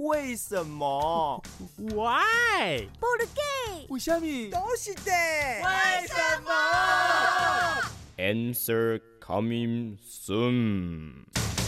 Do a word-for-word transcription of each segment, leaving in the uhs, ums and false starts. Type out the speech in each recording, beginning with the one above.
为什么 ？Why？ 不了给？ 为什么？ 都是的。 为什么 ？Answer coming soon。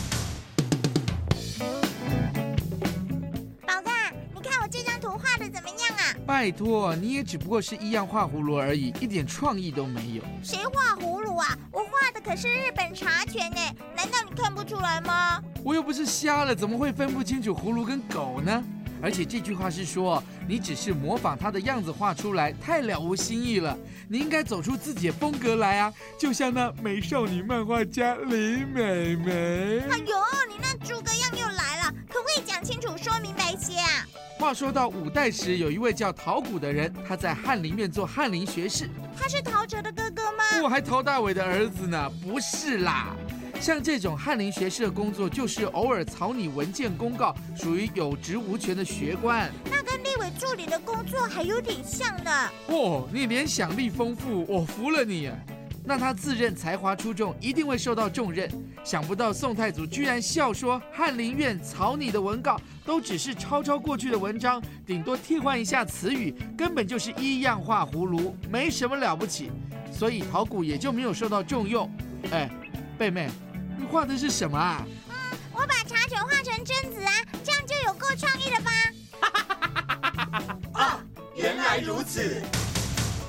宝哥，你看我这张图画的怎么样啊？ 拜托，你也只不过是一样画葫芦而已，一点创意都没有。 谁画葫芦啊？我画的可是日本茶犬呢，难道你看不出来吗？ 我又不是瞎了，怎么会分不清楚葫芦跟狗呢？而且这句话是说，你只是模仿它的样子画出来，太了无新意了。你应该走出自己的风格来啊，就像那美少女漫画家李美美。 哎呦，你那诸葛亮又来了，可不可以讲清楚、说明白些啊？ 话说到五代时，有一位叫陶谷的人，他在翰林院做翰林学士。 他是陶喆的哥哥吗？ 我还陶大伟的儿子呢，不是啦。像这种翰林学士的工作，就是偶尔草拟文件公告，属于有职无权的学官。 那跟立委助理的工作还有点像呢。 哦，你联想力丰富，我服了你。那他自认才华出众，一定会受到重任。想不到宋太祖居然笑说，翰林院草拟的文告都只是抄抄过去的文章，顶多替换一下词语，根本就是一样画葫芦，没什么了不起。所以陶谷也就没有受到重用。哎，贝妹，你画的是什么啊？ 嗯，我把茶犬画成贞子啊，这样就有够创意了吧？ 啊，原来如此。